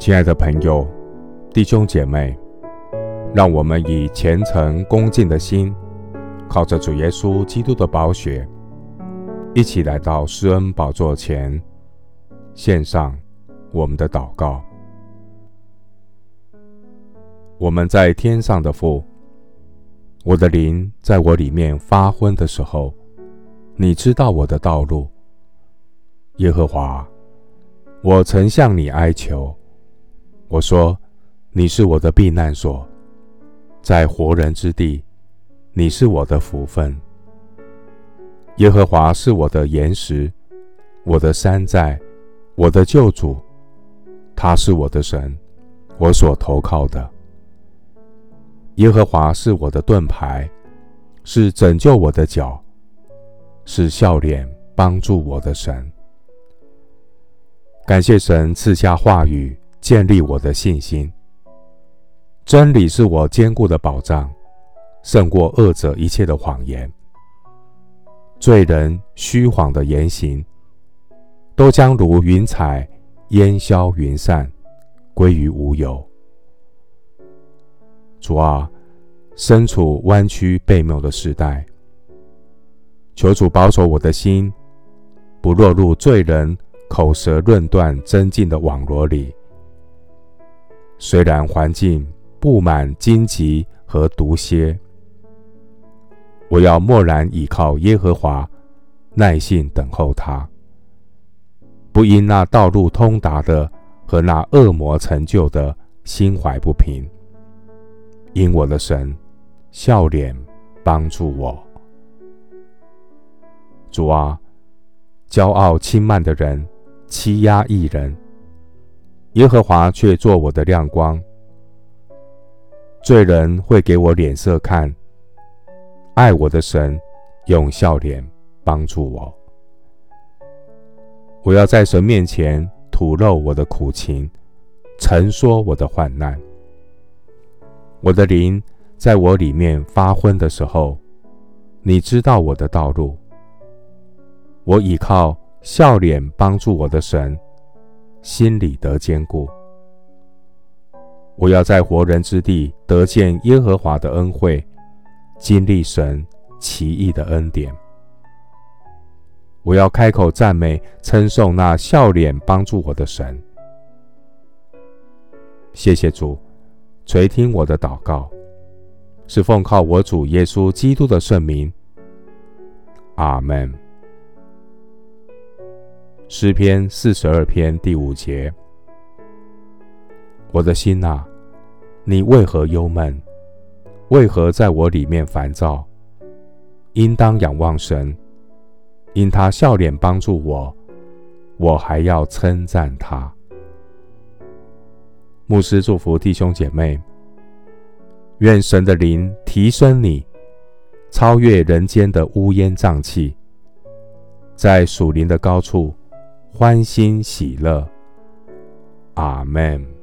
亲爱的朋友、弟兄姐妹，让我们以虔诚恭敬的心，靠着主耶稣基督的宝血，一起来到施恩宝座前，献上我们的祷告。我们在天上的父，我的灵在我里面发昏的时候，你知道我的道路。耶和华，我曾向你哀求，我说，你是我的避难所，在活人之地，你是我的福分。耶和华是我的岩石，我的山寨，我的救主，他是我的神，我所投靠的。耶和华是我的盾牌，是拯救我的脚，是笑脸帮助我的神。感谢神赐下话语，建立我的信心。真理是我坚固的保障，胜过恶者一切的谎言。罪人虚谎的言行，都将如云彩烟消云散，归于无有。主啊，身处弯曲悖谬的时代，求主保守我的心，不落入罪人口舌论断争竞的网罗里。虽然环境布满荆棘和毒蝎，我要默然倚靠耶和华，耐心等候他，不因那道路通达的和那恶魔成就的心怀不平，因我的神笑脸帮助我。主啊，骄傲轻慢的人欺压义人，耶和华却做我的亮光。罪人会给我脸色看，爱我的神用笑脸帮助我。我要在神面前吐露我的苦情，陈说我的患难。我的灵在我里面发昏的时候，你知道我的道路。我倚靠笑脸帮助我的神，心里得坚固。我要在活人之地得见耶和华的恩惠，经历神奇异的恩典。我要开口赞美称颂那笑脸帮助我的神。谢谢主垂听我的祷告，是奉靠我主耶稣基督的圣名。阿们。诗篇42篇第5节，我的心啊，你为何忧闷？为何在我里面烦躁？应当仰望神，因他笑脸帮助我，我还要称赞他。牧师祝福弟兄姐妹，愿神的灵提升你，超越人间的乌烟瘴气，在属灵的高处欢欣喜乐。阿们。